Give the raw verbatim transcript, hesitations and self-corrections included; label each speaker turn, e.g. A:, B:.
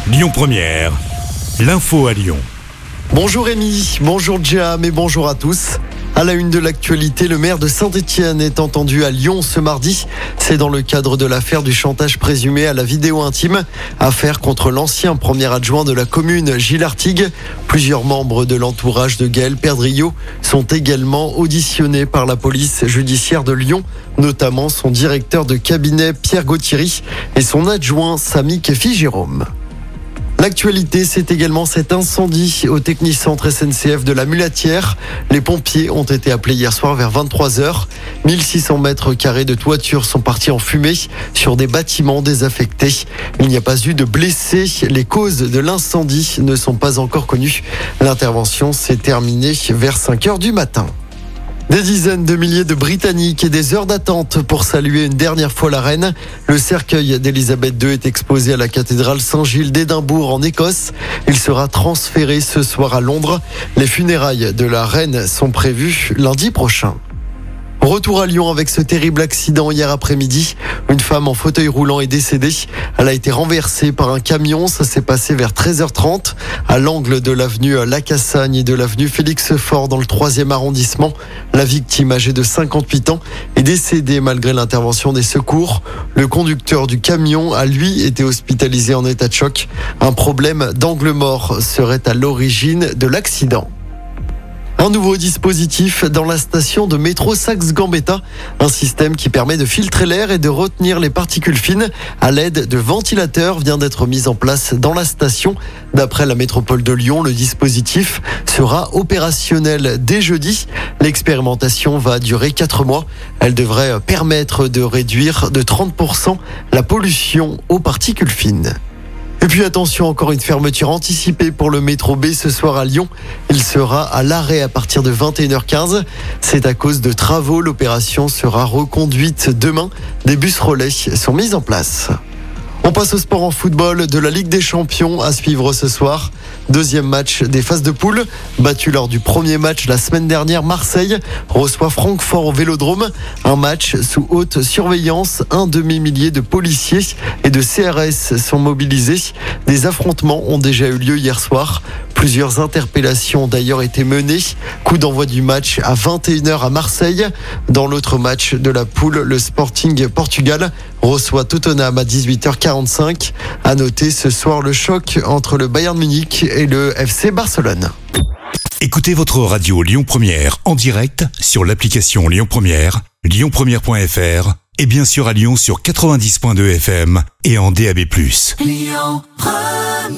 A: Lyon Première, l'info à Lyon.
B: Bonjour Rémi, bonjour Jam et bonjour à tous. À la une de l'actualité, le maire de Saint-Étienne est entendu à Lyon ce mardi. C'est dans le cadre de l'affaire du chantage présumé à la vidéo intime. Affaire contre l'ancien premier adjoint de la commune, Gilles Artigue. Plusieurs membres de l'entourage de Gaël Perdriau sont également auditionnés par la police judiciaire de Lyon, notamment son directeur de cabinet Pierre Gauthieri et son adjoint Samy Kefi Jérôme. L'actualité, c'est également cet incendie au Technicentre S N C F de la Mulatière. Les pompiers ont été appelés hier soir vers vingt-trois heures. mille six cents mètres carrés de toiture sont partis en fumée sur des bâtiments désaffectés. Il n'y a pas eu de blessés. Les causes de l'incendie ne sont pas encore connues. L'intervention s'est terminée vers cinq heures du matin. Des dizaines de milliers de Britanniques et des heures d'attente pour saluer une dernière fois la reine. Le cercueil d'Élisabeth deux est exposé à la cathédrale Saint-Gilles d'Édimbourg en Écosse. Il sera transféré ce soir à Londres. Les funérailles de la reine sont prévues lundi prochain. Retour à Lyon avec ce terrible accident hier après-midi. Une femme en fauteuil roulant est décédée. Elle a été renversée par un camion. Ça s'est passé vers treize heures trente à l'angle de l'avenue Lacassagne et de l'avenue Félix Faure dans le troisième arrondissement. La victime, âgée de cinquante-huit ans, est décédée malgré l'intervention des secours. Le conducteur du camion a lui été hospitalisé en état de choc. Un problème d'angle mort serait à l'origine de l'accident. Un nouveau dispositif dans la station de métro Saxe-Gambetta, un système qui permet de filtrer l'air et de retenir les particules fines à l'aide de ventilateurs vient d'être mis en place dans la station. D'après la métropole de Lyon, le dispositif sera opérationnel dès jeudi. L'expérimentation va durer quatre mois. Elle devrait permettre de réduire de trente pour cent la pollution aux particules fines. Et puis attention, encore une fermeture anticipée pour le métro B ce soir à Lyon. Il sera à l'arrêt à partir de vingt et une heures quinze. C'est à cause de travaux. L'opération sera reconduite demain. Des bus relais sont mis en place. On passe au sport en football de la Ligue des Champions à suivre ce soir. Deuxième match des phases de poule. Battu lors du premier match la semaine dernière, Marseille reçoit Francfort au Vélodrome. Un match sous haute surveillance. Un demi-millier de policiers et de C R S sont mobilisés. Des affrontements ont déjà eu lieu hier soir. Plusieurs interpellations ont d'ailleurs été menées. Coup d'envoi du match à vingt et une heures à Marseille. Dans l'autre match de la poule, le Sporting Portugal reçoit Tottenham à dix-huit heures quarante-cinq. À noter ce soir le choc entre le Bayern Munich et le F C Barcelone.
A: Écoutez votre radio Lyon Première en direct sur l'application Lyon Première, lyon première point f r et bien sûr à Lyon sur quatre-vingt-dix point deux F M et en D A B plus. Lyon Première.